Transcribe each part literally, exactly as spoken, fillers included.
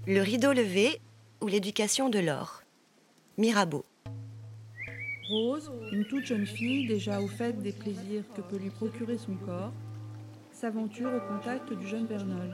Le rideau levé ou l'éducation de Laure. Mirabeau. Rose, une toute jeune fille déjà au fait des plaisirs que peut lui procurer son corps, s'aventure au contact du jeune Vernol.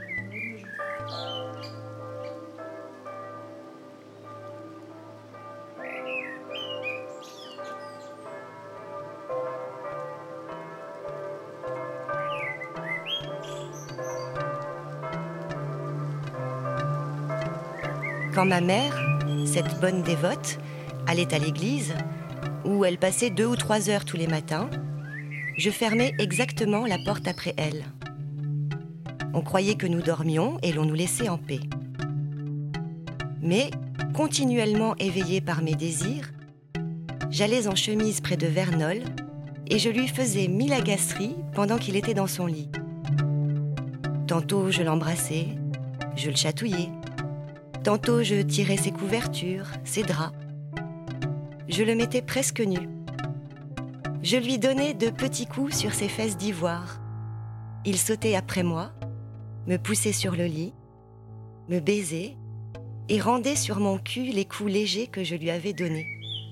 Quand ma mère, cette bonne dévote, allait à l'église, où elle passait deux ou trois heures tous les matins, je fermais exactement la porte après elle. On croyait que nous dormions et l'on nous laissait en paix. Mais, continuellement éveillée par mes désirs, j'allais en chemise près de Vernol et je lui faisais mille agaceries pendant qu'il était dans son lit. Tantôt je l'embrassais, je le chatouillais. Tantôt je tirais ses couvertures, ses draps. Je le mettais presque nu. Je lui donnais de petits coups sur ses fesses d'ivoire. Il sautait après moi, me poussait sur le lit, me baisait et rendait sur mon cul les coups légers que je lui avais donnés.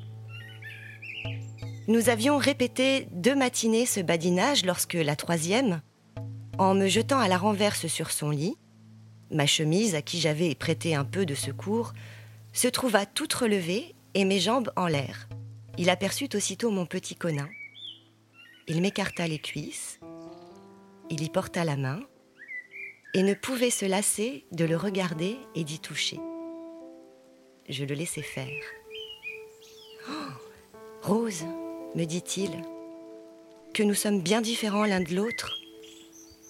Nous avions répété deux matinées ce badinage lorsque la troisième, en me jetant à la renverse sur son lit, ma chemise, à qui j'avais prêté un peu de secours, se trouva toute relevée et mes jambes en l'air. Il aperçut aussitôt mon petit conin. Il m'écarta les cuisses, il y porta la main et ne pouvait se lasser de le regarder et d'y toucher. Je le laissai faire. « Oh, Rose, me dit-il, que nous sommes bien différents l'un de l'autre. »« Comment ?»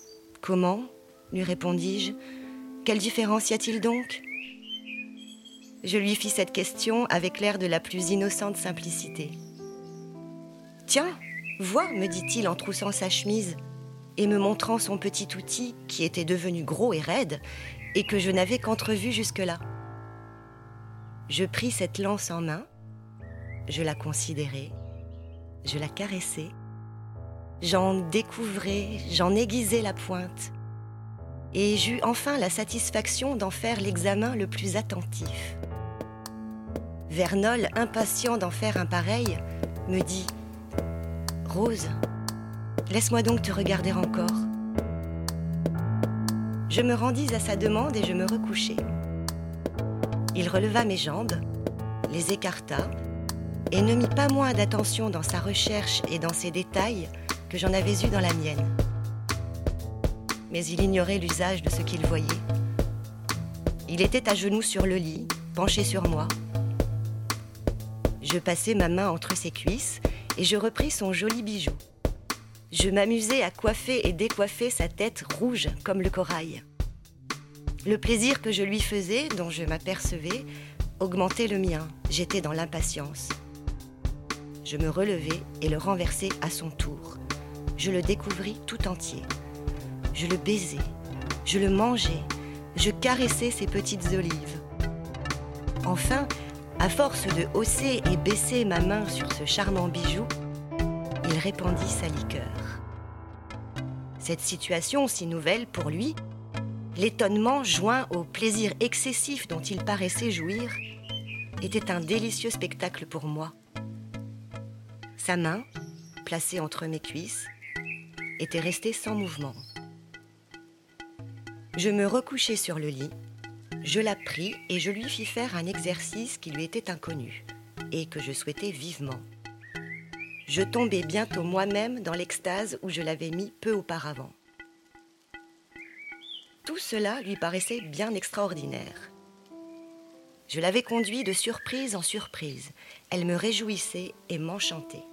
lui répondis-je. « Quelle différence y a-t-il donc ?» Je lui fis cette question avec l'air de la plus innocente simplicité. « Tiens, vois, me dit-il en troussant sa chemise et me montrant son petit outil qui était devenu gros et raide et que je n'avais qu'entrevu jusque-là. » Je pris cette lance en main, je la considérai, je la caressai, j'en découvrais, j'en aiguisai la pointe. Et j'eus enfin la satisfaction d'en faire l'examen le plus attentif. Vernol, impatient d'en faire un pareil, me dit « Rose, laisse-moi donc te regarder encore. » Je me rendis à sa demande et je me recouchai. Il releva mes jambes, les écarta, et ne mit pas moins d'attention dans sa recherche et dans ses détails que j'en avais eu dans la mienne. Mais il ignorait l'usage de ce qu'il voyait. Il était à genoux sur le lit, penché sur moi. Je passai ma main entre ses cuisses et je repris son joli bijou. Je m'amusai à coiffer et décoiffer sa tête rouge comme le corail. Le plaisir que je lui faisais, dont je m'apercevais, augmentait le mien. J'étais dans l'impatience. Je me relevai et le renversai à son tour. Je le découvris tout entier. Je le baisais, je le mangeais, je caressais ses petites olives. Enfin, à force de hausser et baisser ma main sur ce charmant bijou, il répandit sa liqueur. Cette situation si nouvelle pour lui, l'étonnement joint au plaisir excessif dont il paraissait jouir, était un délicieux spectacle pour moi. Sa main, placée entre mes cuisses, était restée sans mouvement. Je me recouchai sur le lit, je la pris et je lui fis faire un exercice qui lui était inconnu et que je souhaitais vivement. Je tombai bientôt moi-même dans l'extase où je l'avais mis peu auparavant. Tout cela lui paraissait bien extraordinaire. Je l'avais conduit de surprise en surprise. Elle me réjouissait et m'enchantait.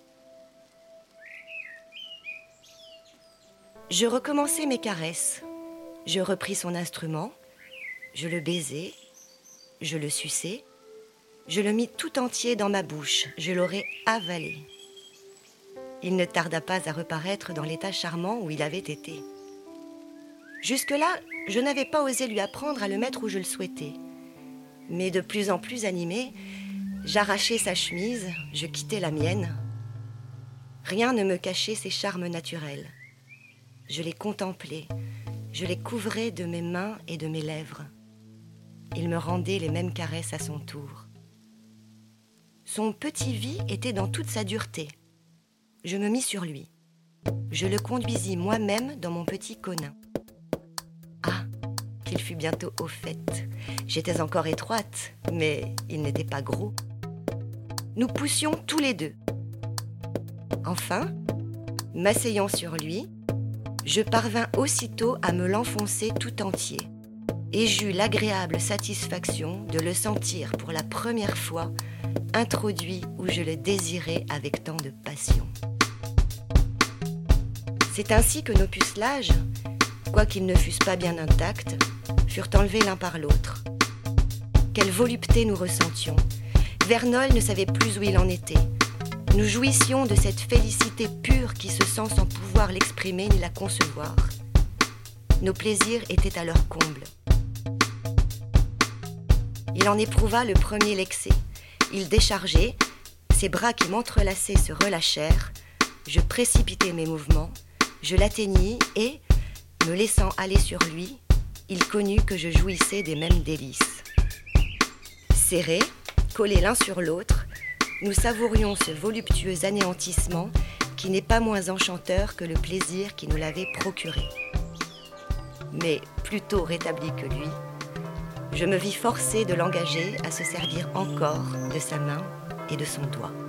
Je recommençai mes caresses. Je repris son instrument, je le baisai, je le suçai, je le mis tout entier dans ma bouche, je l'aurais avalé. Il ne tarda pas à reparaître dans l'état charmant où il avait été. Jusque-là, je n'avais pas osé lui apprendre à le mettre où je le souhaitais. Mais de plus en plus animée, j'arrachai sa chemise, je quittai la mienne. Rien ne me cachait ses charmes naturels. Je les contemplais. Je les couvrais de mes mains et de mes lèvres. il me rendait les mêmes caresses à son tour. Son petit vie était dans toute sa dureté. Je me mis sur lui. Je le conduisis moi-même dans mon petit conin. Ah, qu'il fut bientôt au fait. J'étais encore étroite, mais il n'était pas gros. Nous poussions tous les deux. Enfin, m'asseyant sur lui, je parvins aussitôt à me l'enfoncer tout entier, et j'eus l'agréable satisfaction de le sentir pour la première fois introduit où je le désirais avec tant de passion. C'est ainsi que nos pucelages, quoiqu'ils ne fussent pas bien intacts, furent enlevés l'un par l'autre. Quelle volupté nous ressentions! Vernol ne savait plus où il en était. Nous jouissions de cette félicité pure qui se sent sans pouvoir l'exprimer ni la concevoir. Nos plaisirs étaient à leur comble. Il en éprouva le premier l'excès. Il déchargeait, ses bras qui m'entrelaçaient se relâchèrent, je précipitai mes mouvements, je l'atteignis et, me laissant aller sur lui, il connut que je jouissais des mêmes délices. Serrés, collés l'un sur l'autre, nous savourions ce voluptueux anéantissement qui n'est pas moins enchanteur que le plaisir qui nous l'avait procuré. Mais plutôt rétabli que lui, je me vis forcée de l'engager à se servir encore de sa main et de son doigt.